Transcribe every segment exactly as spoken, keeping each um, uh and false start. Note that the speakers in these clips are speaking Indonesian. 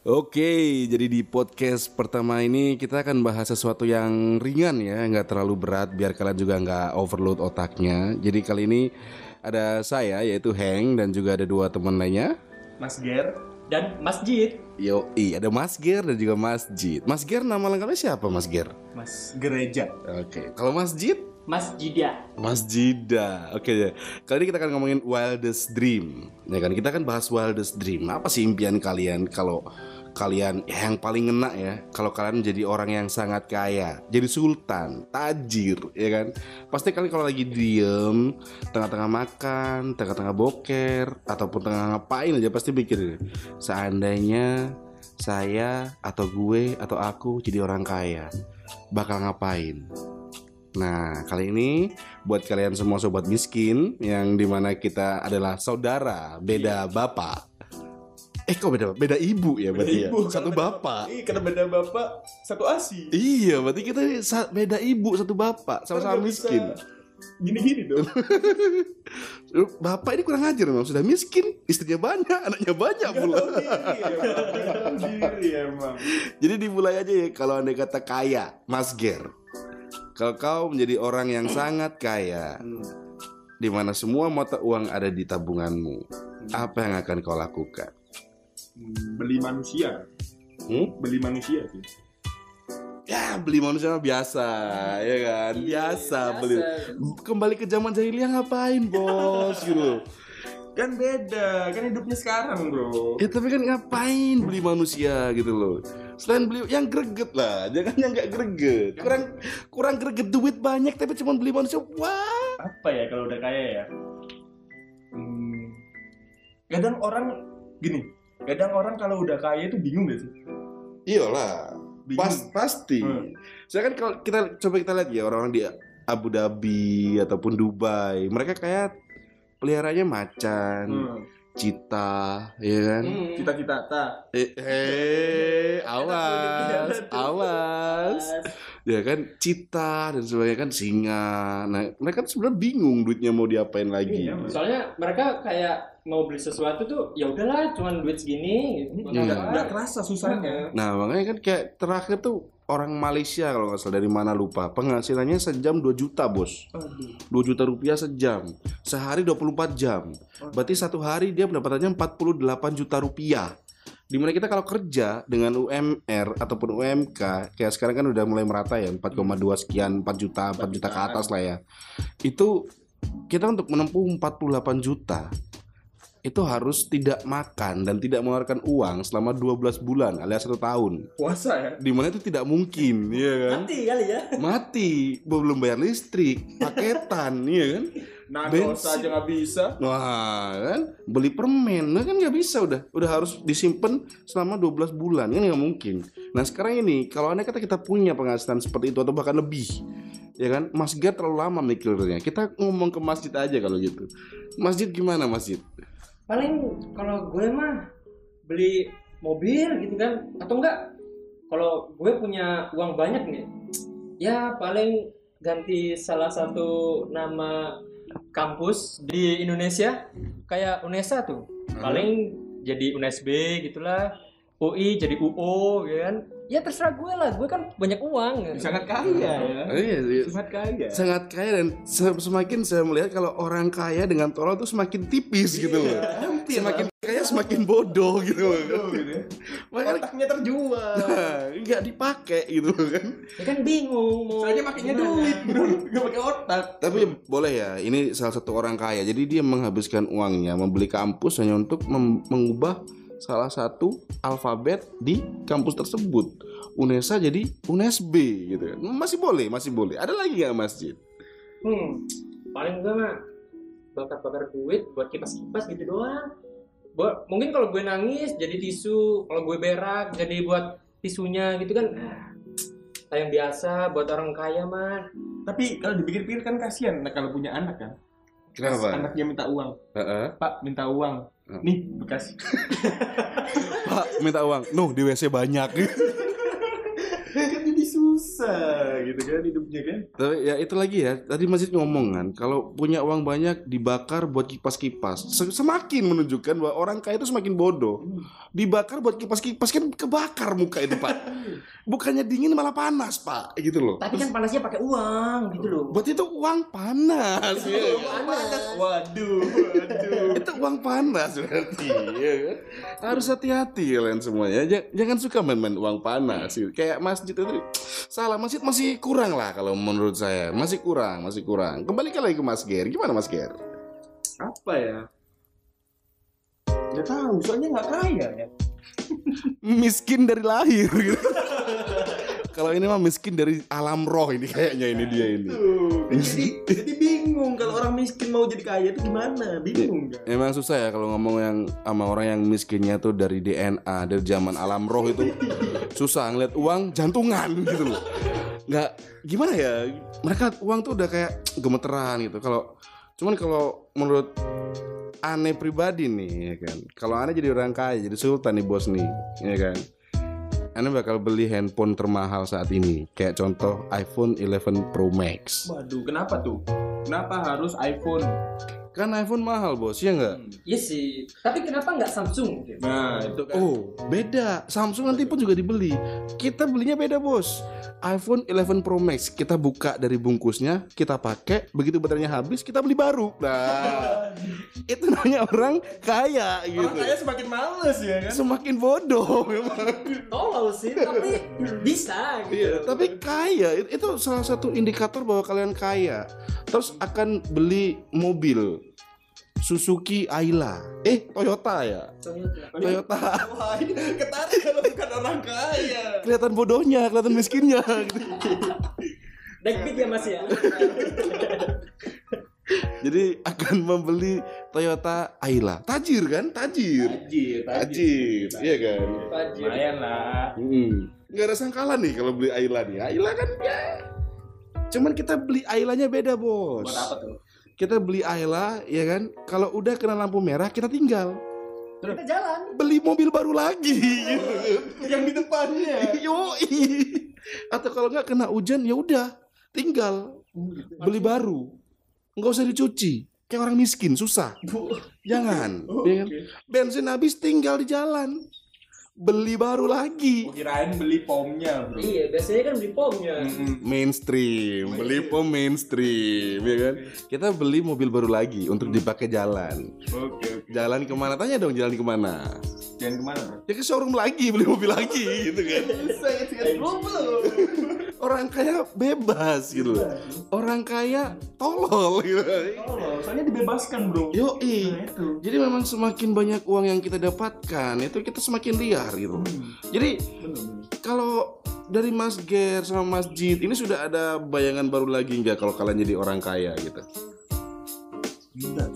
Oke, jadi di podcast pertama ini kita akan bahas sesuatu yang ringan ya, nggak terlalu berat biar kalian juga nggak overload otaknya. Jadi kali ini ada saya yaitu Heng dan juga ada dua teman lainnya. Mas Ger dan Mas Jit. Yoi, ada Mas Ger dan juga Mas Jit. Mas Ger nama lengkapnya siapa Mas Ger? Mas Gereja. Oke, kalau Mas Jit? Mas Jida. Mas Jida. Oke ya. Kali ini kita akan ngomongin wildest dream. Ya kan, kita akan bahas wildest dream. Apa sih impian kalian kalau kalian ya, yang paling ngena ya, kalau kalian menjadi orang yang sangat kaya, jadi sultan, tajir, ya kan? Pasti kalian kalau lagi diem, tengah-tengah makan, tengah-tengah boker, ataupun tengah ngapain aja pasti pikir, seandainya saya atau gue atau aku jadi orang kaya, bakal ngapain? Nah, kali ini buat kalian semua sobat miskin yang dimana kita adalah saudara beda bapak. Eh kok beda beda ibu ya berarti ya? Satu bapak. Iya, karena beda bapak satu asi. Iya, berarti kita beda ibu satu bapak, sama-sama miskin. Gini-gini dong. Bapak ini kurang ajar memang, sudah miskin, istrinya banyak, anaknya banyak pula. Diri emang. Jadi dimulai aja ya kalau andai kata kaya, Mas Ger. Kalau kau menjadi orang yang sangat kaya, hmm. di mana semua mata uang ada di tabunganmu, hmm. apa yang akan kau lakukan? Hmm, beli manusia. Hmm? Beli manusia sih. Ya beli manusia biasa, ya kan? Biasa, biasa. Beli. Kembali ke zaman jahiliyah ngapain bos gitu? Kan beda, kan hidupnya sekarang bro. Ya tapi kan ngapain beli manusia gitu loh? Selain beli yang greget lah, jangan yang nggak greget. Kurang kurang greget, duit banyak tapi cuma beli manusia. Wah. Apa ya kalau udah kaya ya? Hmm, kadang orang gini, kadang orang kalau udah kaya itu bingung gak sih? Iyalah, pas pasti. Hmm. Saya kan kalau kita coba kita lihat ya orang-orang di Abu Dhabi ataupun Dubai, mereka kayak peliharanya macan. Hmm. Cita, ya kan? Hmm. Cita-cita, ta. Eh, eh awas, awas. Ya kan, cita dan sebagainya kan singa. Nah, mereka kan sebenarnya bingung duitnya mau diapain lagi. Iya, soalnya mereka kayak mau beli sesuatu tuh, ya udahlah, cuman duit segini. Gitu. Nggak ya. Kerasa susahnya. Nah, makanya kan kayak terakhir tuh orang Malaysia kalau nggak salah dari mana lupa, penghasilannya sejam dua juta bos. dua juta rupiah sejam. Sehari dua puluh empat jam. Berarti satu hari dia pendapatannya empat puluh delapan juta rupiah. Dimana kita kalau kerja dengan U M R ataupun U M K, kayak sekarang kan udah mulai merata ya, empat koma dua sekian, empat juta, empat juta ke atas lah ya. Itu kita untuk menempuh empat puluh delapan juta itu harus tidak makan dan tidak mengeluarkan uang selama dua belas bulan alias satu tahun. Puasa ya? Dimana itu tidak mungkin, ya kan? Mati kali ya? Mati, belum bayar listrik, paketan, ya kan? Nados aja nggak bisa. Wah, kan? Beli permen, nah kan nggak bisa udah, udah harus disimpan selama dua belas bulan, kan nggak mungkin. Nah sekarang ini, kalau anda kata kita punya penghasilan seperti itu atau bahkan lebih, ya kan? Mas Ger terlalu lama mikirnya. Kita ngomong ke masjid aja kalau gitu. Masjid gimana masjid? Paling kalau gue mah beli mobil gitu kan, atau enggak kalau gue punya uang banyak nih, ya paling ganti salah satu nama kampus di Indonesia kayak UNESA tuh, paling jadi UNESB gitulah, U I jadi U O, ya kan? Ya terserah gue lah, gue kan banyak uang. Sangat kaya ya. Iya, iya. Sangat kaya. Sangat kaya dan semakin saya melihat kalau orang kaya dengan tolol tuh semakin tipis gitu loh. Hampir semakin lah. Kaya semakin bodoh gitu loh. Bodoh gitu. Makanya otaknya terjual. Enggak dipakai gitu kan. Ya kan bingung mau. Soalnya makainya duit, bro. Enggak pakai otak. Tapi boleh ya, ini salah satu orang kaya. Jadi dia menghabiskan uangnya membeli kampus hanya untuk mem- mengubah salah satu alfabet di kampus tersebut. UNESA jadi UNESB gitu kan. Masih boleh, masih boleh. Ada lagi nggak masjid? Hmm, paling gue mah bakar-bakar duit buat kipas-kipas gitu doang. Buat, mungkin kalau gue nangis jadi tisu, kalau gue berak jadi buat tisunya gitu kan. Yang biasa buat orang kaya mah. Tapi kalau dipikir-pikir kan kasihan nah, kalau punya anak kan. Kenapa? Anaknya minta uang. Uh-uh. Pak minta uang. Nih bekas. Pak minta uang. Nuh di W C banyak. Kan jadi susah. susah gitu kan hidupnya kan. Tapi ya itu lagi ya, tadi Masjid ngomong kan, kalau punya uang banyak dibakar buat kipas-kipas. Se- Semakin menunjukkan bahwa orang kaya itu semakin bodoh. Dibakar buat kipas-kipas kan kebakar muka itu, Pak. Bukannya dingin malah panas, Pak, gitu loh. Tapi kan panasnya pakai uang gitu loh. Buat itu uang panas. ya. Panas. Waduh, waduh. Itu uang panas berarti, ya kan? Harus hati-hati kalian semuanya. Ja- Jangan suka main-main uang panas. gitu. Kayak masjid itu salah, masjid masih kurang lah kalau menurut saya. Masih kurang, masih kurang. Kembali lagi ke Mas Ger. Gimana Mas Ger? Apa ya? Nggak tahu, soalnya nggak kaya ya. Miskin dari lahir gitu. Kalau ini mah miskin dari alam roh ini kayaknya ini dia ini. Tuh, jadi jadi bingung kalau orang miskin mau jadi kaya itu gimana? Bingung kan? Emang susah ya kalau ngomong yang sama orang yang miskinnya tuh dari D N A, dari zaman alam roh itu susah ngeliat uang jantungan gitu loh. Nggak gimana ya? Mereka uang tuh udah kayak gemeteran gitu. Kalau cuman kalau menurut Ane pribadi nih, ya kan. Kalau Ane jadi orang kaya, jadi sultan nih bos nih, ya kan. Ane bakal beli handphone termahal saat ini, kayak contoh iPhone eleven Pro Max. Waduh, kenapa tuh? Kenapa harus iPhone? Kan iPhone mahal bos, ya nggak? Iya sih. Tapi kenapa nggak Samsung gitu? Nah, itu kan. Oh, beda. Samsung nanti pun juga dibeli. Kita belinya beda, Bos. iPhone eleven Pro Max kita buka dari bungkusnya, kita pakai, begitu baterainya habis, kita beli baru. Nah, itu namanya orang kaya gitu. Orang kaya semakin males ya kan? Semakin bodoh memang. Tolol sih, tapi bisa gitu. Iya, tapi kaya it- itu salah satu indikator bahwa kalian kaya. Terus akan beli mobil Suzuki Ayla. Eh, Toyota ya? Toyota. Toyota. Wah, ini ketarik kalau bukan orang kaya. Kelihatan bodohnya, kelihatan miskinnya gitu. Naik beat ya Mas ya. Jadi akan membeli Toyota Ayla. Tajir kan? Tajir. Tajir, Tajir, iya kan? Pajir. Lumayan lah. Hmm. Nggak ada sangkalan nih kalau beli Ayla nih. Ayla kan ya. Cuman kita beli Aylanya beda, Bos. Buat apa tuh? Kita beli Ayla, ya kan? Kalau udah kena lampu merah, kita tinggal. Kita jalan. Beli mobil baru lagi gitu. Yang di depannya. Yoi. Atau kalau nggak kena hujan, ya udah, tinggal beli baru. Nggak usah dicuci. Kayak orang miskin, susah. Jangan. Oh, ya kan? oke. Bensin habis, tinggal di jalan. Beli baru lagi. Gua kirain beli pomnya, bro. Iya, biasanya kan di pomnya. Mm-mm. Mainstream, beli pom mainstream, ya kan? Kita beli mobil baru lagi untuk dipakai jalan. Oke, oke. Jalan kemana? Tanya dong, jalan kemana? Jangan kemana, bro? Ya ke showroom lagi, beli mobil lagi, gitu kan? Saya belum. Orang kaya bebas gitu loh. Orang kaya tolol gitu. Oh, soalnya dibebaskan, bro. Yoi. Nah, itu. Jadi memang semakin banyak uang yang kita dapatkan, itu kita semakin liar gitu. Hmm, Jadi bener-bener. kalau dari Mas Ger sama Masjid ini sudah ada bayangan baru lagi nggak kalau kalian jadi orang kaya gitu? Enggak.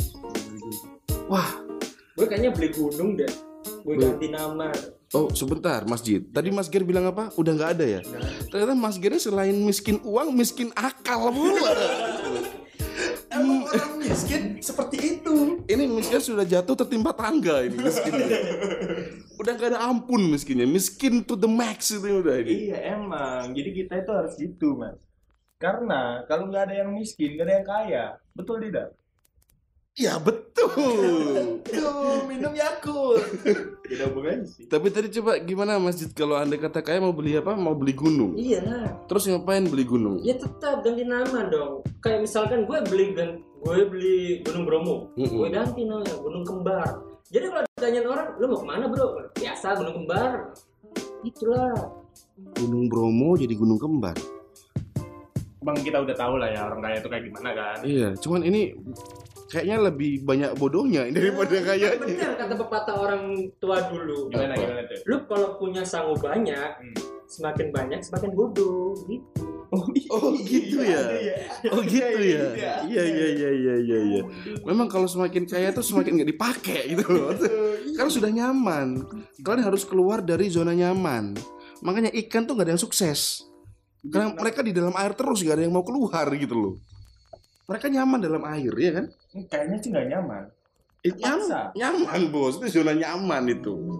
Wah, Gue kayaknya beli gunung deh. Gue Beli- ganti nama. oh sebentar Masjid. Tadi Mas Ger bilang apa? Udah nggak ada ya? Ternyata Mas Ger selain miskin uang, miskin akal pula. Emang orang miskin seperti itu. Ini miskin sudah jatuh tertimpa tangga ini miskinnya. Udah nggak ada ampun miskinnya. Miskin to the max itu udah ini. Iya emang. Jadi kita itu harus gitu, Mas. Karena kalau nggak ada yang miskin, nggak ada yang kaya. Betul tidak? Ya betul. Tuh, minum Yakult. Tidak hubungannya sih. Tapi tadi coba gimana Masjid kalau anda kata kaya mau beli apa? Mau beli gunung. Iya lah. Terus ngapain beli gunung? Ya tetap ganti nama dong. Kayak misalkan gue beli gan- gue beli Gunung Bromo, Mm-mm. gue ganti namanya Gunung Kembar. Jadi kalau ditanyain orang, lu mau kemana bro? Biasa Gunung Kembar. Itulah. Gunung Bromo jadi gunung kembar. Bang, kita udah tahu lah ya orang kaya itu kayak gimana kan. Iya, cuman ini kayaknya lebih banyak bodohnya daripada kayanya. Bener kata pepatah orang tua dulu. Gimana gimana tuh? Lu kalau punya sangu banyak, Hmm. semakin banyak semakin bodoh. Gitu. Oh, Oh, gitu ya? Oh gitu ya? Iya iya iya iya iya. iya. Memang kalau semakin kaya tuh semakin nggak dipakai gitu loh. Karena sudah nyaman. Kalian harus keluar dari zona nyaman. Makanya ikan tuh nggak ada yang sukses. Karena mereka di dalam air terus nggak ada yang mau keluar gitu loh. Mereka nyaman dalam air ya kan? Kayaknya sih nggak nyaman. Eh, nyaman, Paksa. nyaman bos, itu zona nyaman itu.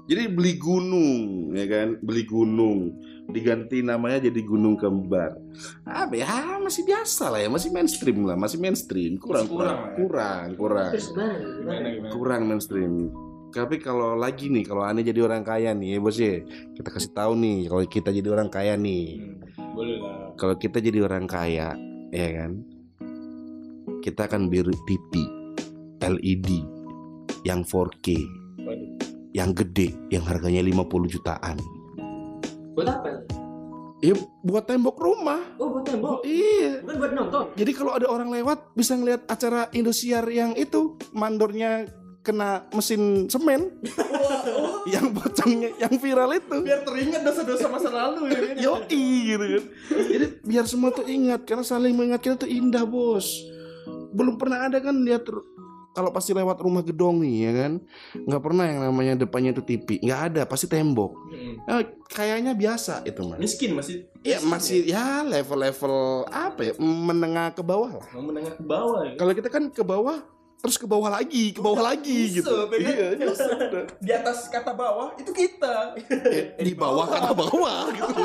Jadi beli gunung, ya kan? Beli gunung, diganti namanya jadi gunung kembar. Apa ya? Masih biasa lah ya, masih mainstream lah, masih mainstream. Kurang, Masih kurang kurang, lah ya. kurang, kurang, Terus gimana? Gimana Gimana? gimana? kurang mainstream. Tapi kalau lagi nih, kalau aneh jadi orang kaya nih, ya bos ya, kita kasih tahu nih, kalau kita jadi orang kaya nih, Hmm, boleh lah. kalau kita jadi orang kaya, ya kan, kita akan beli T V L E D yang four K, Waduh. yang gede, yang harganya lima puluh jutaan. Buat apa? Ya buat tembok rumah. Oh, buat tembok. Iya. Bukan buat nonton. Jadi kalau ada orang lewat bisa ngeliat acara Indosiar yang itu mandornya kena mesin semen, yang pocongnya, yang viral itu. Biar teringat dosa-dosa masa lalu ya. kan? Yoi gitu kan. Jadi biar semua tuh ingat, karena saling mengingatkan itu indah bos. Belum pernah ada kan lihat kalau pasti lewat rumah gedong nih ya kan, nggak pernah yang namanya depannya itu T V, nggak ada, pasti tembok. Hmm. Nah, kayaknya biasa itu mas. Miskin masih. Iya masih ya level-level apa ya, menengah ke bawah lah. Mau menengah ke bawah ya. Kalau kita kan ke bawah, terus ke bawah lagi, ke bawah lagi gitu. Nyusup, ya kan? Iya, nyusup. Di atas kata bawah itu kita. Eh, di bawah kata bawah gitu.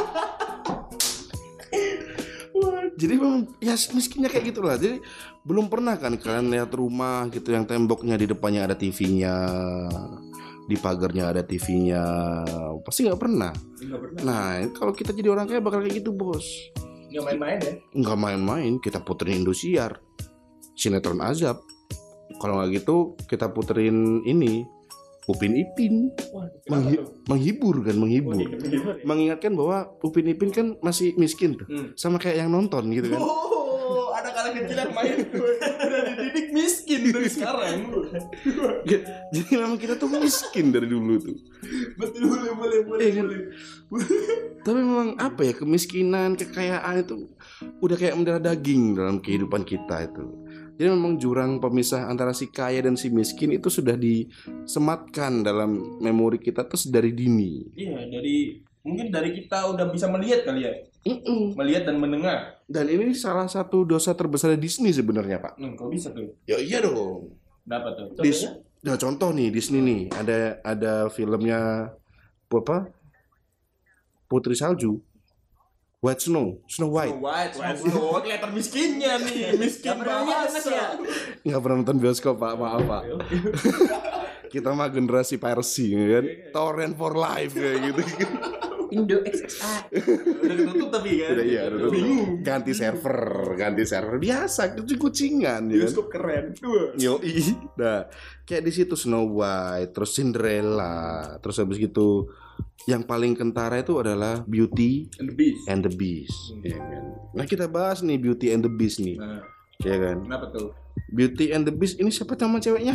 Jadi memang ya miskinnya kayak gitulah. Jadi belum pernah kan kalian lihat rumah gitu yang temboknya di depannya ada T V-nya, di pagarnya ada T V-nya. Pasti nggak pernah. Enggak pernah. Nah kalau kita jadi orang kaya bakal kayak gitu bos. Enggak main-main ya. Nggak main-main, kita puterin Indosiar, sinetron azab. Kalau nggak gitu kita puterin ini Upin Ipin. Wah, Menghi- kenapa tuh? menghibur kan, menghibur. Oh, menghibur ya? Mengingatkan bahwa Upin Ipin kan masih miskin tuh, Hmm. sama kayak yang nonton gitu kan. Oh, anak-anak kecil yang main udah dididik miskin dari sekarang. Jadi memang kita tuh miskin dari dulu tuh. Betul, boleh, boleh, boleh, Eh, kan? boleh. Tapi memang apa ya, kemiskinan, kekayaan itu udah kayak mendarah daging dalam kehidupan kita itu. Jadi memang jurang pemisah antara si kaya dan si miskin itu sudah disematkan dalam memori kita tuh dari dini. Iya, dari mungkin dari kita udah bisa melihat kali ya, Mm-mm. melihat dan mendengar. Dan ini salah satu dosa terbesar Disney sebenarnya Pak. Hmm, kok bisa tuh? Ya iya dong. Dapat tuh. Dis- Contohnya? Nah, contoh nih Disney nih, ada ada filmnya apa? Putri Salju, White Snow, Snow White. Snow White, Snow White. Oh, kelihatan miskinnya nih, miskin Nggak pernah lihat, Mas, bahasa. ya? Nggak pernah nonton bioskop Pak, maaf Pak. Kita mah generasi piracy ya kan, torrent for life kayak gitu. Indo X X A. Udah ditutup tapi kan. Udah iya, udah tutup. Bingung. Ganti server, ganti server biasa, kucing-kucingan ya kan. Bioskop keren. Tuh. Yoi. Nah, kayak di situ Snow White, terus Cinderella, terus habis gitu yang paling kentara itu adalah Beauty And the Beast. and the Beast. Hmm. Ya kan? Nah kita bahas nih Beauty and the Beast nih, Nah, ya kan? kenapa tuh? Beauty and the Beast ini siapa nama ceweknya?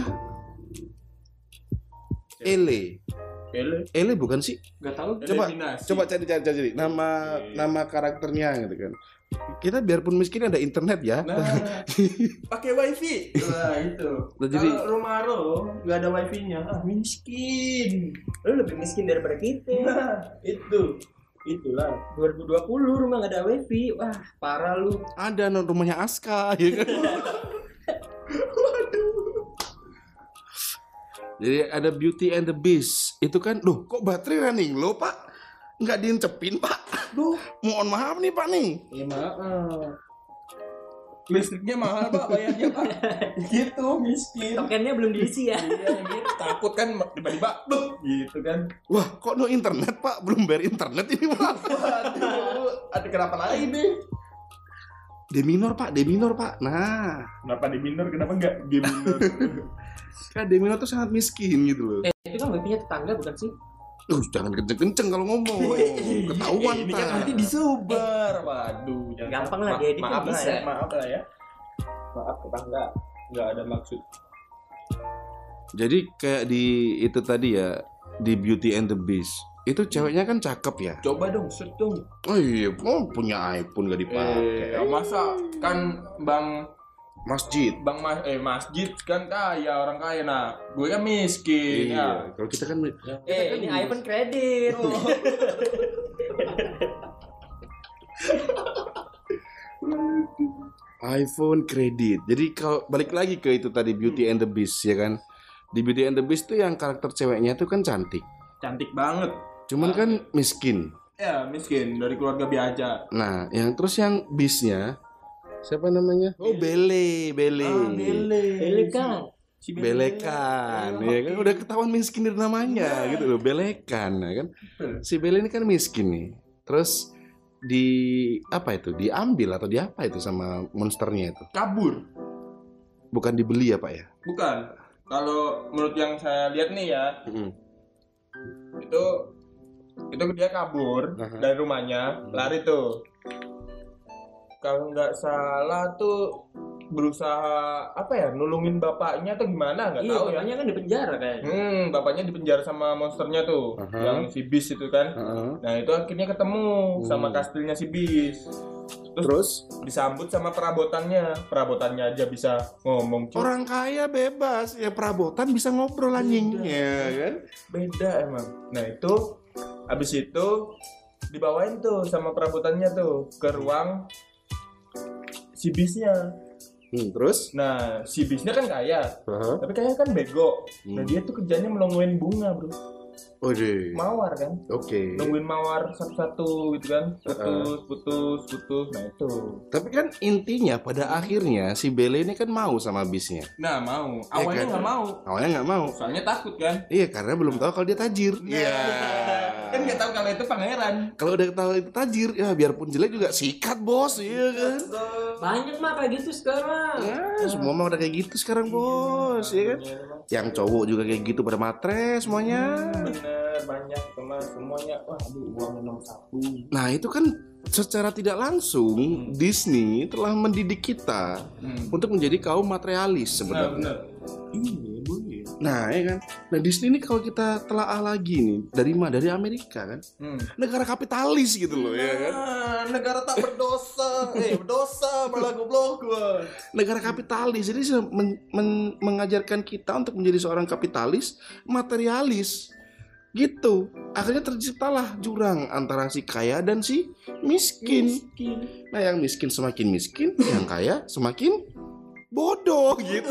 Ele, Ele. Ele bukan sih? Gak tahu. Coba, Eliminasi. Coba cari cari cari nama Oke. nama karakternya gitu kan. Kita biarpun miskin ada internet ya. Nah, pakai wifi. Nah, itu. Nah, jadi- Kalau rumah lo nggak ada wifi-nya, ah miskin. Lu lebih miskin daripada kita. Nah, itu. Itulah. dua ribu dua puluh rumah gak ada wifi. Wah, parah lu. Ada no, rumahnya Aska ya kan. Jadi ada Beauty and the Beast. Itu kan, loh kok baterai running lo Pak? Nggak diencepin Pak? Duh, mohon maaf nih Pak nih. Ya maaf. Listriknya mahal Pak, bayarnya Pak. Gitu, miskin. Tokennya belum diisi ya. Iya, gitu. Takut kan tiba-tiba buk, gitu kan. Wah, kok no internet Pak? Belum bayar internet ini Pak. Waduh, ada kenapa lagi nih? D minor Pak, D minor Pak. Nah, Kenapa di minor, kenapa enggak G minor? kan D minor tuh sangat miskin gitu loh. Eh, itu kan wifi-nya tetangga bukan sih? Duh, jangan kenceng-kenceng kalau ngomong. Ketahuan Ini kan Pak. nanti disebar. Waduh, jangan- Gampang lah, Ma- diedit kan maaf lah bisa. ya, maaf lah ya. Maaf tetangga, enggak ada maksud. Jadi kayak di itu tadi ya, di Beauty and the Beast. Itu ceweknya kan cakep ya. Coba dong, search dong. Oh iya, oh, punya iPhone gak dipakai. Eh, masa kan Bang Masjid. Bang Mas eh Masjid kan kaya, orang kaya. Nah, gue kan miskin ya. Iya, kalau kita kan Eh, ini iPhone kredit. Oh. iPhone kredit. Jadi kalau balik lagi ke itu tadi Beauty and the Beast ya kan. Di Beauty and the Beast tuh yang karakter ceweknya tuh kan cantik. cantik banget. Cuman kan miskin. Ya miskin dari keluarga biasa. Nah, yang terus yang bisnya siapa namanya? Oh, Bele, Bele. Ah, Bele. Belekan. Si Belekan, Bele. ya kan udah ketahuan miskin dari namanya gitu loh, Belekan, ya kan. Betul. Si Bele ini kan miskin nih. Terus di apa itu? Diambil atau di apa itu sama monsternya itu? Kabur. Bukan dibeli ya, Pak ya? Bukan. Kalau menurut yang saya lihat nih ya, Mm-mm. itu itu dia kabur Aha. dari rumahnya, lari tuh. Kalau nggak salah tuh berusaha apa ya, nulungin bapaknya atau gimana nggak Iya, tahu ya. bapaknya kan di penjara kayaknya. Hmm, bapaknya dipenjara sama monsternya tuh, Aha. yang si Bis itu kan. Heeh. Nah itu akhirnya ketemu sama Hmm. kastilnya si Bis. Terus, Terus disambut sama perabotannya, perabotannya aja bisa ngomong. Cuy. orang kaya bebas, ya perabotan bisa ngobrol anjing, Beda. ya kan? Beda emang. Nah itu habis itu dibawain tuh sama perabotannya tuh ke ruang si Bisnya. Hmm, terus? Nah si Bisnya kan kaya, Heeh. tapi kayaknya kan bego. Nah Hmm. dia tuh kerjanya melongoin bunga bro, Oke. mawar kan, Oke. nungguin mawar satu-satu gitu kan, putus, putus, putus. Nah itu. Tapi kan intinya pada akhirnya si Bele ini kan mau sama bisnya. Nah mau, Ya awalnya kan? nggak mau, Awalnya nggak mau. soalnya takut kan. Iya, karena belum tahu kalau dia tajir. Iya. Kan nggak tahu kalau itu pangeran. Kalau udah tahu itu tajir, ya biarpun jelek juga sikat bos, iya kan? Banyak mah kayak gitu sekarang. Ya, semua mah udah kayak gitu sekarang bos, ya kan? Yang cowok juga kayak gitu pada matre semuanya. Bener, banyak teman semuanya. Wah, aduh, uang nomor satu. Nah itu kan secara tidak langsung Hmm. Disney telah mendidik kita Hmm. untuk menjadi kaum materialis Nah, sebenarnya. bener. Iya, boleh. Nah ya kan, nah Disney ini kalau kita telaah lagi nih dari mana? Dari Amerika kan, Hmm. negara kapitalis gitu loh ya kan. Nah, negara tak berdosa. eh, berdosa malah goblok gua. Negara kapitalis jadi se- men- men- mengajarkan kita untuk menjadi seorang kapitalis materialis gitu. Akhirnya terciptalah jurang antara si kaya dan si miskin. Nah yang miskin semakin miskin, yang kaya semakin bodoh gitu.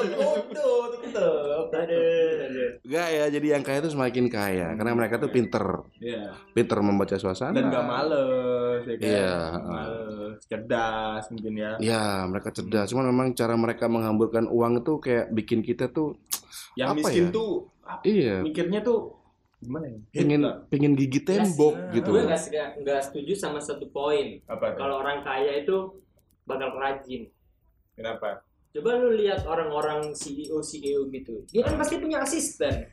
Bodoh, tetep. Aduh. Enggak ya, jadi yang kaya itu semakin kaya karena mereka tuh pinter, Iya. pinter membaca suasana. Dan gak males, ya kan? Iya. Males, cerdas mungkin ya. Ya, mereka cerdas. Cuman memang cara mereka menghamburkan uang itu kayak bikin kita tuh Yang Apa miskin ya? tuh apa, iya, mikirnya tuh gimana ya? pengen Hit lah. pengen gigi tembok Yes, gitu. Gue nggak nggak setuju sama satu poin. Apa tuh? Kalau orang kaya itu bakal rajin. Kenapa? Coba lu lihat orang-orang C E O C E O gitu. Dia kan pasti punya asisten.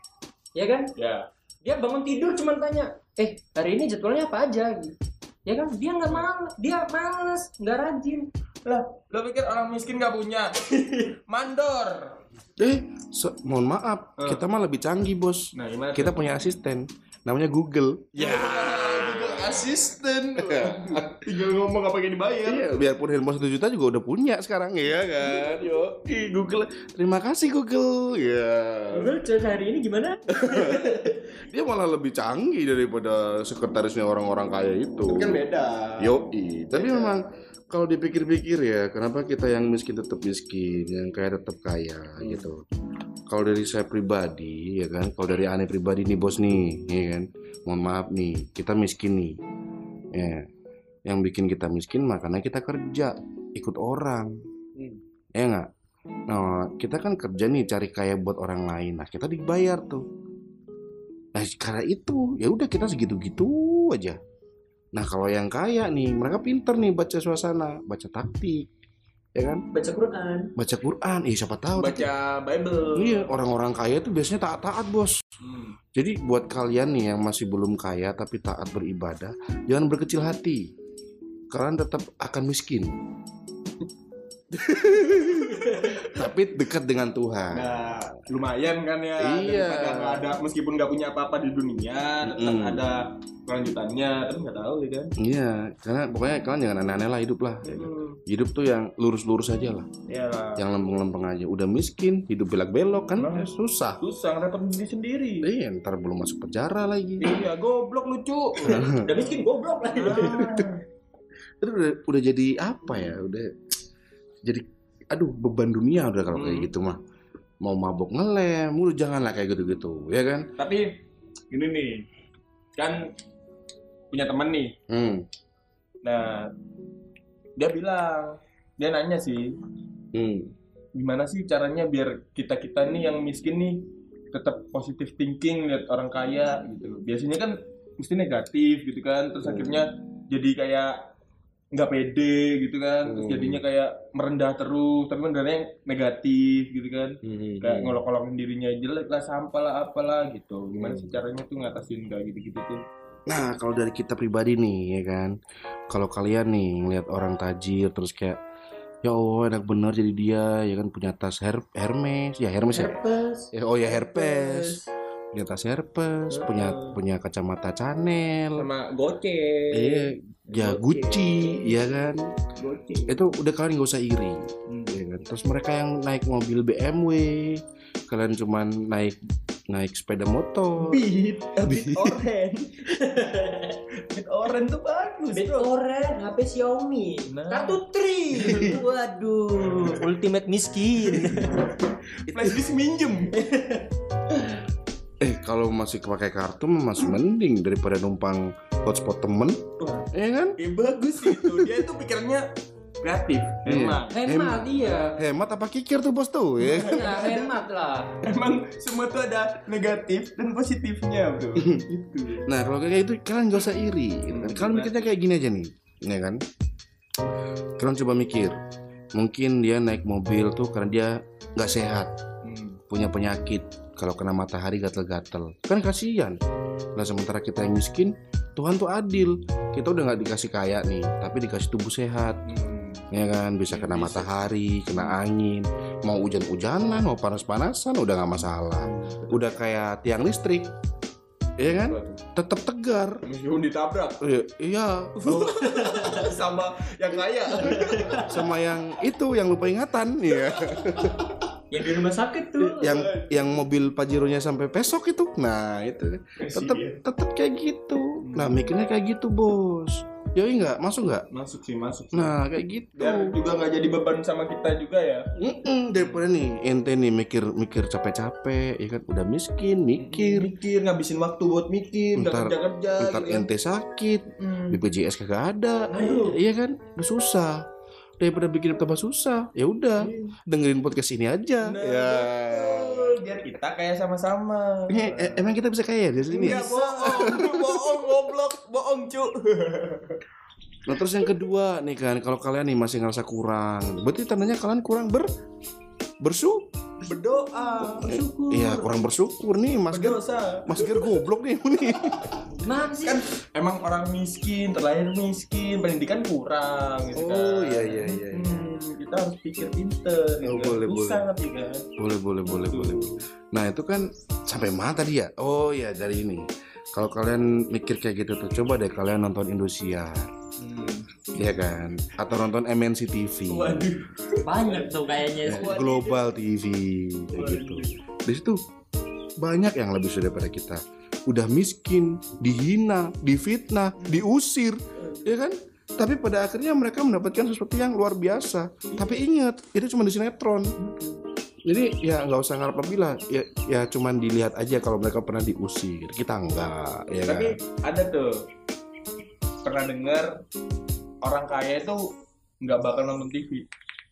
Ya kan? Ya. Dia bangun tidur cuma tanya, "Eh, hari ini jadwalnya apa aja?" gitu. Ya kan? Dia nggak males, dia males, nggak rajin. Lah, lo pikir orang miskin gak punya? Mandor. Eh, so- mohon maaf, Eh. kita mah lebih canggih, Bos. Nah, gimana? Kita punya asisten namanya Google. ya, Google Assistant. Tinggal ngomong apa yang dibayar. Iya, biarpun handphone satu juta juga udah punya sekarang ya kan. Yo, ih, Google. Terima kasih Google. Ya. Google chat hari ini gimana? Dia malah lebih canggih daripada sekretarisnya orang-orang kaya itu. Kan beda. Yoi, tapi Beda. memang kalau dipikir-pikir ya, kenapa kita yang miskin tetap miskin, yang kaya tetap kaya gitu. Kalau dari saya pribadi ya kan, kalau dari aneh pribadi nih bos nih, ya kan, mohon maaf nih, kita miskin nih, ya, yang bikin kita miskin makanya kita kerja, ikut orang, ya nggak? Nah, kita kan kerja nih cari kaya buat orang lain, nah kita dibayar tuh. Nah karena itu ya udah kita segitu-gitu aja. Nah kalau yang kaya nih, mereka pinter nih baca suasana, baca taktik, ya kan? Baca Quran. Baca Quran, eh siapa tahu. Baca Bible. Iya, orang-orang kaya tuh biasanya taat-taat bos. Hmm. Jadi buat kalian nih yang masih belum kaya tapi taat beribadah, jangan berkecil hati. Kalian tetap akan miskin. Tapi dekat dengan Tuhan. Nah, lumayan kan ya. Iya. Daripada nggak ada, meskipun nggak punya apa-apa di dunia, tetap Mm. ada kelanjutannya. Tapi nggak tahu ya kan. Iya, karena pokoknya kalian jangan aneh-aneh lah hidup lah. Hmm. Hidup tuh yang lurus-lurus aja lah. Ya lah. Yang lempeng-lempeng aja. Udah miskin, hidup belak-belok kan Nah. ya, susah. Susah ngerepot diri sendiri. Iya, ntar belum masuk penjara lagi. Iya, goblok lucu. Udah miskin goblok lah. Itu udah, udah jadi apa ya? Udah jadi aduh beban dunia udah kalau kayak Hmm. gitu mah. Mau mabok ngelem, udah janganlah kayak gitu-gitu, ya kan? Tapi Ini nih, kan punya temen nih. Hmm. Nah, dia bilang, dia nanya sih, Hmm. gimana sih caranya biar kita-kita nih yang miskin nih tetap positive thinking lihat orang kaya gitu. Biasanya kan mesti negatif gitu kan, terus Hmm. akhirnya jadi kayak nggak pede gitu kan, terus Hmm. jadinya kayak merendah terus, tapi sebenarnya negatif gitu kan. Hmm. Kayak ngolok-ngolokin dirinya jelek lah, sampah lah, apalah gitu. Gimana sih Hmm. caranya tuh ngatasin kayak gitu-gitu tuh? Nah, kalau dari kita pribadi nih, ya kan, kalau kalian nih ngeliat orang tajir terus kayak, ya Allah enak bener jadi dia, ya kan punya tas Her- Hermes, ya Hermes ya, Herpes. ya oh ya Herpes, punya tas Herpes, punya Heeh. punya kacamata Chanel, Sama Goce. eh ya Gucci, ya kan, Goce. itu udah kalian gak usah iri, Hmm. ya kan. Terus mereka yang naik mobil B M W, kalian cuman naik naik sepeda motor. Beat, eh, Beat Beat. Orange. Beat Orange tuh bagus. Bit bro. oren, H P Xiaomi, Nah. kartu tri. Waduh, ultimate miskin. Flash disk minjem. Eh kalau masih pakai kartu mah masih mending daripada numpang hotspot temen, Wah, ya kan? eh, bagus itu. Dia itu pikirannya kreatif, emang. Hemat iya. Hemat apa kikir tuh bos tuh, ya? Ya, hemat lah. Emang semua tuh ada negatif dan positifnya, bro. Itu. Nah kalau kayak gitu kalian gak usah iri, gitu kan? Kalian mikirnya kayak gini aja nih, ya kan? Kalian coba mikir, mungkin dia naik mobil tuh karena dia nggak sehat, Hmm. punya penyakit. Kalau kena matahari gatel-gatel, kan kasihan. Nah sementara kita yang miskin, Tuhan tuh adil. Kita udah nggak dikasih kaya nih, tapi dikasih tubuh sehat, Hmm. ya kan? Bisa kena matahari, kena angin, mau hujan-hujanan, mau panas-panasan, udah nggak masalah. Udah kayak tiang listrik, ya kan? Tetap tegar. Meskipun ditabrak Iya, iya. sama yang kaya. Sama yang itu yang lupa ingatan, ya. Yang di rumah sakit tuh. yang yang mobil Pajeronya sampai pesok itu. Nah, itu tetap tetap kayak gitu. Nah, mikirnya kayak gitu, Bos. Yoi nggak? Masuk nggak? Masuk sih, masuk. Nah, kayak gitu. Biar juga nggak jadi beban sama kita juga ya. Mm-mm, daripada nih ente nih mikir mikir capek-capek, ya kan udah miskin, mikir. Mikir, ngabisin waktu buat mikir, nggak Ntar- kerja-kerja Ntar gitu kan. ente sakit, Hmm. B P J S kagak ada. Aduh. Iya kan? Udah susah. Daripada bikin tambah susah, ya udah dengerin podcast ini aja. Nah, Ya. betul. Biar kita kayak sama-sama. Eh, eh, emang kita bisa kaya di sini? Enggak, bohong, bohong, goblok, bohong, cu. Nah terus yang kedua nih kan, kalau kalian nih masih ngerasa kurang, berarti tandanya kalian kurang ber bersu, Berdoa, bersyukur, iya kurang bersyukur nih Mas Ger, berdosa. Mas Ger goblok nih nih. Gimana sih? Kan emang orang miskin, terlahir miskin, pendidikan kurang gitu kan. Oh, iya, iya, iya, iya. Hmm, kita harus pikir pinter Oh, gitu kan. boleh, Susah boleh. tapi kan. Boleh boleh boleh boleh. Nah itu kan sampai mana tadi ya? Oh ya dari ini. Kalau kalian mikir kayak gitu tuh, coba deh kalian nonton Indosiar, Hmm. ya kan? Atau nonton M N C T V, Waduh. Banyak tuh kayaknya. ya, Global T V, kayak gitu. Di situ banyak yang lebih sudah daripada kita. Udah miskin, dihina, difitnah, diusir, ya kan? Tapi pada akhirnya mereka mendapatkan sesuatu yang luar biasa. Tapi ingat, itu cuma di sinetron. Jadi ya nggak usah ngarep lebih lah. Ya, ya cuman dilihat aja kalau mereka pernah diusir. Kita enggak, ya kan? Tapi ada tuh pernah dengar orang kaya itu nggak bakal nonton T V.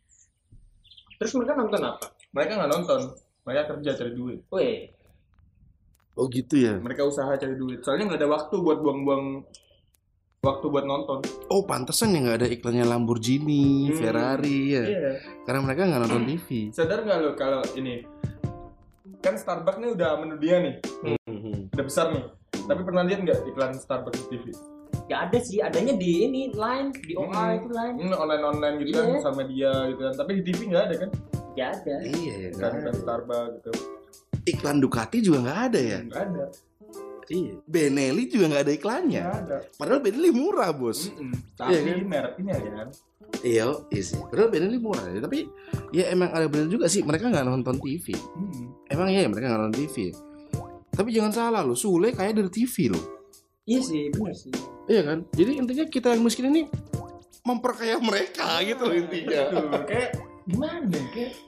Terus mereka nonton apa? Mereka nggak nonton, mereka kerja cari duit. Weh, Oh gitu ya. Mereka usaha cari duit. Soalnya nggak ada waktu buat buang-buang waktu buat nonton. Oh pantesan ya nggak ada iklannya Lamborghini, Hmm. Ferrari ya. Iya. Karena mereka nggak nonton T V. Sadar nggak lo kalau ini kan Starbucks nih udah menu dia nih, udah besar nih. Tapi pernah lihat nggak iklan Starbucks di T V? gak ada sih. Adanya di ini line, di O A Hmm. itu line. Ini online-online gitu kan Iya. sama dia gitu kan. Tapi di T V nggak ada kan? Gak ada. Iya ya. Kan iklan Starbucks gitu. Iklan Ducati juga nggak ada ya. Nggak ada. Iya. Benelli juga nggak ada iklannya. Nggak ada. Padahal Benelli murah bos. Mm-mm. Tapi Iya kan? merek ini ya kan. Iya, iya sih. Padahal Benelli murah ya. Tapi ya emang ada bener juga sih. Mereka nggak nonton T V. Hmm. Emang iya mereka nggak nonton T V. Tapi jangan salah loh, Sule kayak dari T V loh. Iya sih, benar sih. Iya kan? Jadi intinya kita yang miskin ini memperkaya mereka gitu loh intinya. Tuh, kayak gimana? Kayak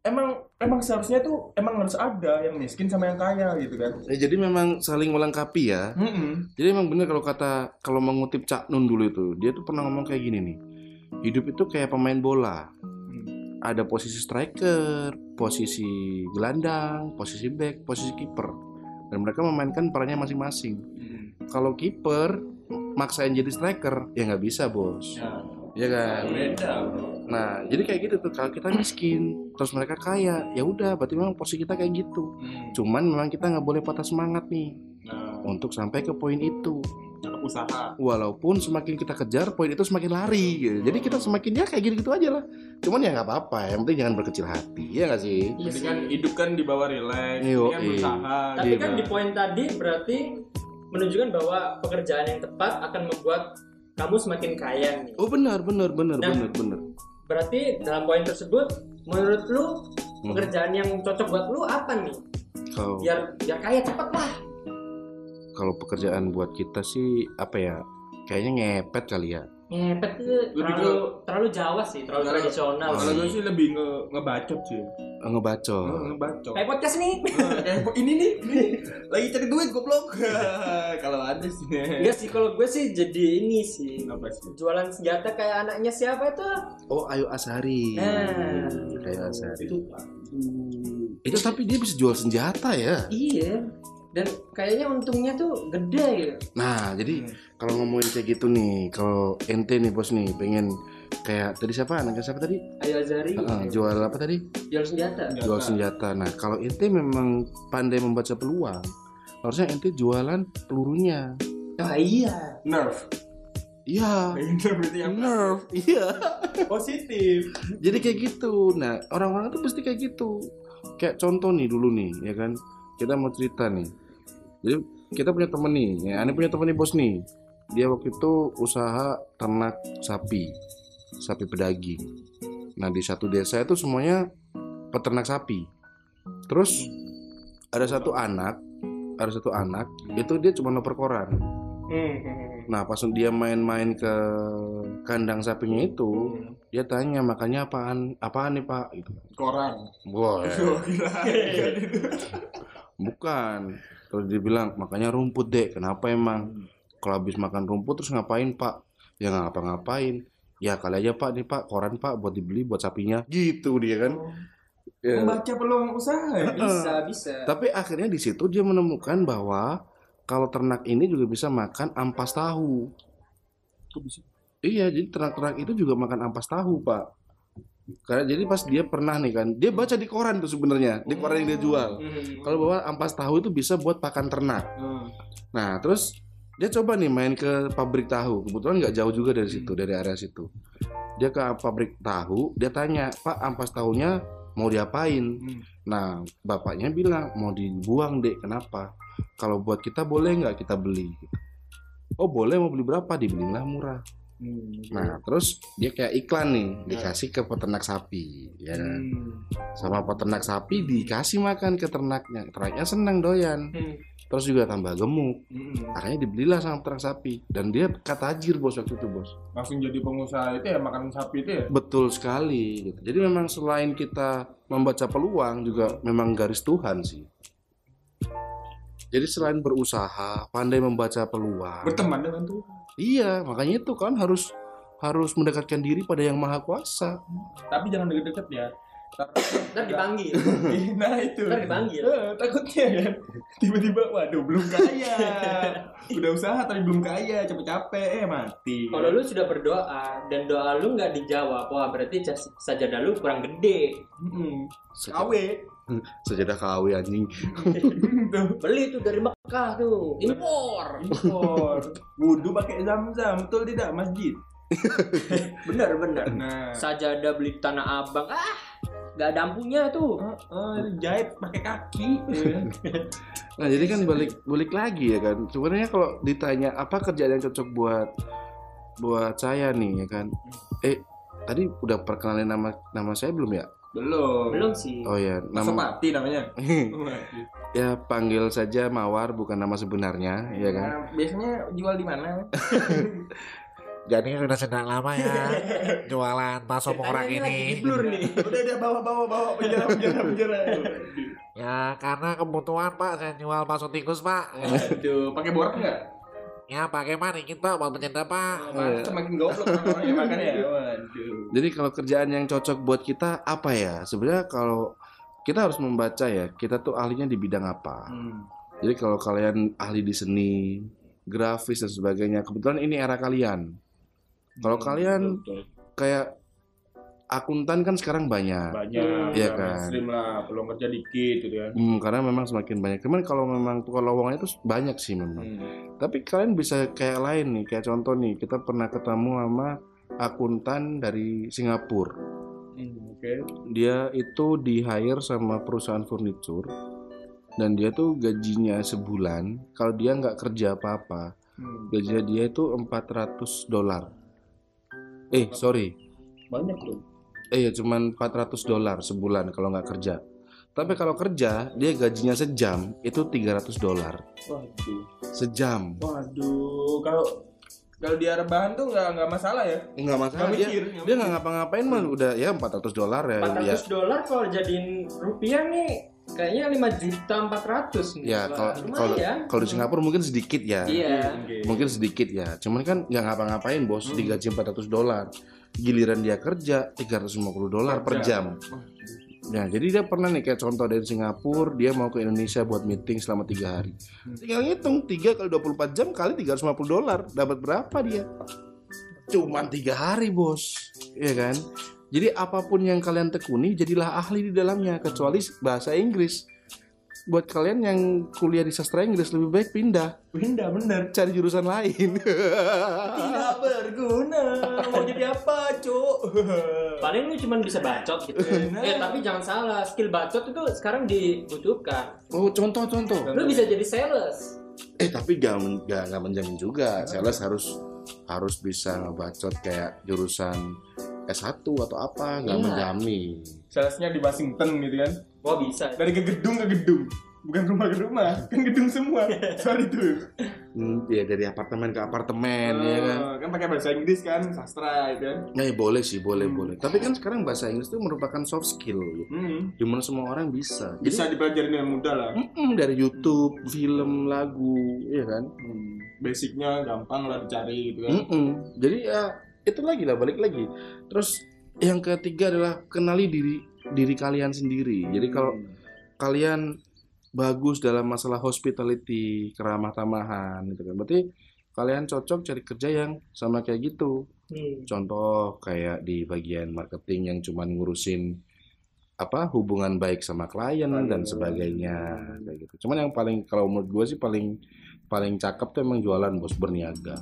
emang emang seharusnya tuh emang harus ada yang miskin sama yang kaya gitu kan. Ya, jadi memang saling melengkapi ya. Mm-mm. Jadi emang bener kalau kata kalau mengutip Cak Nun dulu itu, dia tuh pernah ngomong kayak gini nih. Hidup itu kayak pemain bola. Ada posisi striker, posisi gelandang, posisi back, posisi kiper. Dan mereka memainkan perannya masing-masing. Kalau kiper maksain jadi striker, ya nggak bisa, Bos. Ya, Ya kan? beda bro. Nah, jadi kayak gitu tuh. Kalau kita miskin, terus mereka kaya, ya udah, berarti memang posisi kita kayak gitu. Hmm. Cuman memang kita nggak boleh patah semangat nih Nah, untuk sampai ke poin itu. tetap usaha. Walaupun semakin kita kejar, poin itu semakin lari. Gitu. Jadi kita semakin ya kayak gitu-gitu aja lah. Cuman ya nggak apa-apa. Yang penting jangan berkecil hati, ya nggak sih? Iya Jadi sih. kan hidup kan di bawah relax, Yo, ini kan iya. berusaha. Tapi Iya, kan Bang. di poin tadi berarti menunjukkan bahwa pekerjaan yang tepat akan membuat kamu semakin kaya nih. Oh benar, benar, benar, Nah. benar, benar. Berarti dalam poin tersebut menurut lu Hmm. pekerjaan yang cocok buat lu apa nih? Kalau Biar biar kaya cepet lah. kalau pekerjaan buat kita sih apa ya? Kayaknya ngepet kali ya. Ngepet tuh Lebih terlalu terlalu Jawa sih, terlalu Kalau- tradisional Kalau sih. gue sih lebih nge ngebacot sih. Eh, Ngebacot. Oh, ngebacot. Kayak podcast nih. Nah, kayak ini nih, ini lagi cari duit goblok. Kalau ada sih. Enggak sih, kalau gue sih jadi ini sih. Apa sih? Jualan senjata kayak anaknya siapa itu? Oh, Ayu Asari. Nah. Ayu Asari. Itu Itu tapi dia bisa jual senjata ya. Iya. Dan kayaknya untungnya tuh gede gitu. Nah, jadi Hmm. kalau ngomongin kayak gitu nih, kalau ente nih bos nih pengen kayak tadi siapa? Anaknya siapa tadi? Ayo Azari Heeh, jual apa tadi? jual senjata. Senjata. Jual senjata. Nah, kalau ente memang pandai membaca peluang, harusnya ente jualan pelurunya. Ah iya. nerf. Iya. Nerf berarti yang Nerf. Iya. positif. Jadi kayak gitu. Nah, orang-orang tuh pasti kayak gitu. Kayak contoh nih dulu nih, ya kan? Kita mau cerita nih. Jadi kita punya temen nih, ya, Ani punya temen nih bos nih. Dia waktu itu usaha ternak sapi, sapi pedaging. Nah di satu desa itu semuanya peternak sapi. Terus ada satu anak, ada satu anak itu dia cuma noper koran. Hmm. Nah pas dia main-main ke kandang sapinya itu, dia tanya makannya apaan, apaan nih pak? Gitu. Koran. Wah, Oh, gila. bukan. Terus dia bilang makanya rumput dek. Kenapa emang? Kalau habis makan rumput terus ngapain pak? Ya nggak ngapa-ngapain. Ya kali aja pak nih pak koran pak buat dibeli buat sapinya. Gitu dia kan. Ya. Membaca peluang usaha ya. Bisa, bisa. Tapi akhirnya di situ dia menemukan bahwa kalau ternak ini juga bisa makan ampas tahu. Kok bisa? Iya, jadi ternak-ternak itu juga makan ampas tahu pak. Karena jadi pas dia pernah nih kan, dia baca di koran tuh sebenarnya, di koran yang dia jual. Hmm. Kalau bahwa ampas tahu itu bisa buat pakan ternak. Hmm. Nah, terus dia coba nih main ke pabrik tahu. Kebetulan nggak jauh juga dari situ, dari area situ. Dia ke pabrik tahu, dia tanya, Pak, ampas tahunya mau diapain? Hmm. Nah, bapaknya bilang mau dibuang dek. Kenapa? Kalau buat kita boleh nggak kita beli? Oh boleh, mau beli berapa? Dibelilah murah. Hmm. Nah, terus dia kayak iklan nih, dikasih ke peternak sapi, ya kan? Hmm. Sama peternak sapi dikasih makan ke ternaknya. Ternaknya senang doyan. Hmm. Terus juga tambah gemuk. Hmm. Akhirnya dibelilah sama peternak sapi dan dia ketajir bos waktu itu bos. Langsung jadi pengusaha itu ya, makan sapi itu ya. Betul sekali. Gitu. Jadi memang selain kita membaca peluang juga memang garis Tuhan sih. Jadi selain berusaha, pandai membaca peluang. Berteman dengan Tuhan. Iya, makanya itu kan harus harus mendekatkan diri pada Yang Maha Kuasa. Tapi jangan deket-deket ya. Ntar- Ntar dipanggil. Nah itu. Ntar dipanggil. Eh, takutnya kan tiba-tiba waduh belum kaya. Udah usaha tapi belum kaya, capek-capek eh mati. Kalau lu sudah berdoa dan doa lu nggak dijawab, wah berarti jas- sajadah lu kurang gede. Hmm. Sejak- Kawe. Sejadah K W anjing. Tuh. Beli tuh dari Mekah tuh, impor. Impor. Wudhu pakai zam-zam, betul tidak masjid? Bener bener. Nah, Sajadah beli Tanah Abang, ah nggak ada ampunya tuh. eh, eh, jahit pakai kaki. ya. Nah, jadi kan balik balik lagi ya kan. Sebenarnya kalau ditanya apa kerjaan yang cocok buat buat saya nih ya kan. Eh, tadi udah perkenalin nama nama saya belum ya? Belum. Belum sih. Oh ya, nama Masopati namanya. ya panggil saja Mawar bukan nama sebenarnya, ya kan? Nah, biasanya jual di mana? Jadi sudah sedang lama ya jualan bakso mengkorak ini. Blur nih. Udah dia bawa bawa bawa penjara penjara penjara. Ya karena kebutuhan Pak, saya jual bakso tikus Pak. Aduh, pakai borak enggak? Ya pakai Pak dikit Pak, buat bercanda Pak. Nah, semakin goblok orang yang makan ya. Waduh. Jadi kalau kerjaan yang cocok buat kita apa ya? Sebenarnya kalau kita harus membaca ya, kita tuh ahlinya di bidang apa. Hmm. Jadi kalau kalian ahli di seni, grafis dan sebagainya, kebetulan ini era kalian. Kalau kalian Betul. kayak akuntan kan sekarang banyak. Banyak, Iya ya, kan. mainstream lah, peluang kerja dikit gitu kan. Hmm, karena memang semakin banyak. Cuman kalau memang tukar lowongannya itu banyak sih memang. Hmm. Tapi kalian bisa kayak lain nih, kayak contoh nih, kita pernah ketemu sama akuntan dari Singapura. Hmm, Oke. Dia itu di hire sama perusahaan furniture dan dia tuh gajinya sebulan kalau dia nggak kerja apa-apa, Hmm. gajinya dia itu empat ratus dolar. Eh, sorry. Banyak tuh. Eh ya cuman empat ratus dolar sebulan kalau nggak kerja. Tapi kalau kerja, dia gajinya sejam itu tiga ratus dolar. Waduh. Sejam. Waduh, kalau kalau dia rebahan tuh nggak nggak masalah ya. Nggak masalah, Nggak dia, mikir, nggak dia nggak ngapa-ngapain mah udah ya empat ratus dolar ya. empat dia. ratus dolar kalau jadiin rupiah nih kayaknya lima juta empat ratus nih. Ya kalau kalau lumayan. kalau di Singapura mungkin sedikit ya. Iya. Oke. Mungkin sedikit ya. Cuman kan nggak ngapa-ngapain bos, digaji empat ratus dolar. Giliran dia kerja tiga ratus lima puluh dolar per jam. Ya, jadi dia pernah nih kayak contoh dari Singapura, dia mau ke Indonesia buat meeting selama tiga hari. Tinggal ngitung tiga kali dua puluh empat jam kali tiga ratus lima puluh dolar, dapat berapa dia? Cuman tiga hari bos, ya kan? Jadi apapun yang kalian tekuni, jadilah ahli di dalamnya, kecuali bahasa Inggris. Buat kalian yang kuliah di sastra Inggris lebih baik pindah, Pindah bener. cari jurusan lain. Tidak berguna. Mau jadi apa, Cuk? Paling lu cuma bisa bacot gitu. Nah. Eh tapi jangan salah, skill bacot itu sekarang dibutuhkan. Oh contoh-contoh. Lu bisa jadi sales. Eh tapi jangan nggak nggak menjamin juga. Sales harus harus bisa ngebacot kayak jurusan S satu atau apa, nggak Iya. menjamin. Salesnya di Washington gitu kan. Wah bisa. Dari ke gedung ke gedung. Bukan rumah ke rumah, kan gedung semua. Soal itu. Hmm, ya dari apartemen ke apartemen ya kan. Oh, kan pakai bahasa Inggris kan, sastra gitu kan. Nah, ya boleh sih, boleh Hmm. boleh. Tapi kan sekarang bahasa Inggris itu merupakan soft skill gitu. Hmm. Dimana semua orang bisa. Bisa dipelajarin dengan mudah lah. Mm-mm, dari YouTube, film, lagu, ya kan. Hmm. Basicnya gampang lah dicari gitu kan. Mm-mm. Jadi ya itu lagi lah, balik lagi. Terus yang ketiga adalah kenali diri diri kalian sendiri. Jadi kalau kalian bagus dalam masalah hospitality, keramah tamahan gitu kan. Berarti kalian cocok cari kerja yang sama kayak gitu. Hmm. Contoh kayak di bagian marketing yang cuman ngurusin apa hubungan baik sama klien dan sebagainya kayak gitu. Cuman yang paling kalau menurut gue sih paling paling cakep tuh emang jualan bos, berniaga.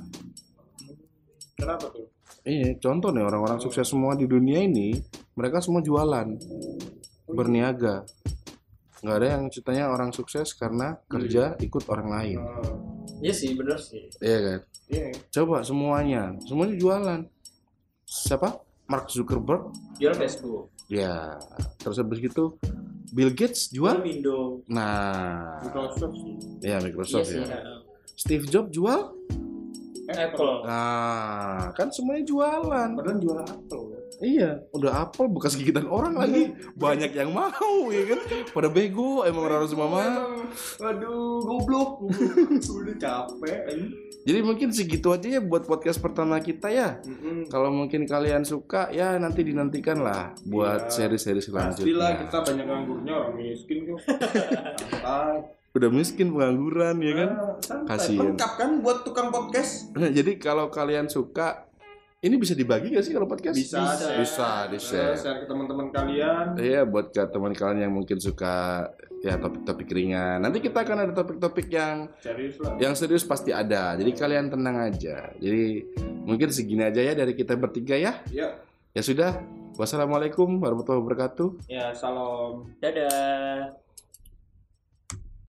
Kenapa tuh? Iya, contoh nih orang-orang sukses semua di dunia ini, mereka semua jualan, berniaga. Nggak ada yang ceritanya orang sukses karena kerja ikut orang lain. Oh, Iya sih, bener sih. Iya kan? iya. Coba semuanya, semuanya jualan. Siapa? Mark Zuckerberg? Jual Facebook. Ya, terus habis gitu Bill Gates Jual jual. Windows. Nah, Microsoft sih. ya Iya Microsoft sih. ya. Steve Jobs jual. Apple. Nah, kan semuanya jualan. Padahal jualan Apple. Iya, udah Apple bekas gigitan orang lagi. Banyak yang mau, ya kan? Pada bego, emang orang semua mah. Waduh, goblok. Udah capek. ini. Jadi mungkin segitu aja ya buat podcast pertama kita ya. Mm-mm. Kalau mungkin kalian suka ya nanti dinantikan lah buat Iya. seri-seri Pastilah selanjutnya. kita banyak nganggurnya, orang miskin kok. Santai. Udah miskin pengangguran ya kan. Nah, santai. Kasian. Lengkap kan buat tukang podcast? Jadi kalau kalian suka, ini bisa dibagi gak sih kalau podcast? Bisa, share. Bisa di share. Share ke teman-teman kalian. Iya, buat ke teman kalian yang mungkin suka ya topik-topik ringan. Nanti kita akan ada topik-topik yang Serius lah. yang serius pasti ada. Jadi kalian tenang aja. Jadi mungkin segini aja ya dari kita bertiga ya. Ya, Ya sudah. Wassalamualaikum warahmatullahi wabarakatuh. ya salam. Dadah.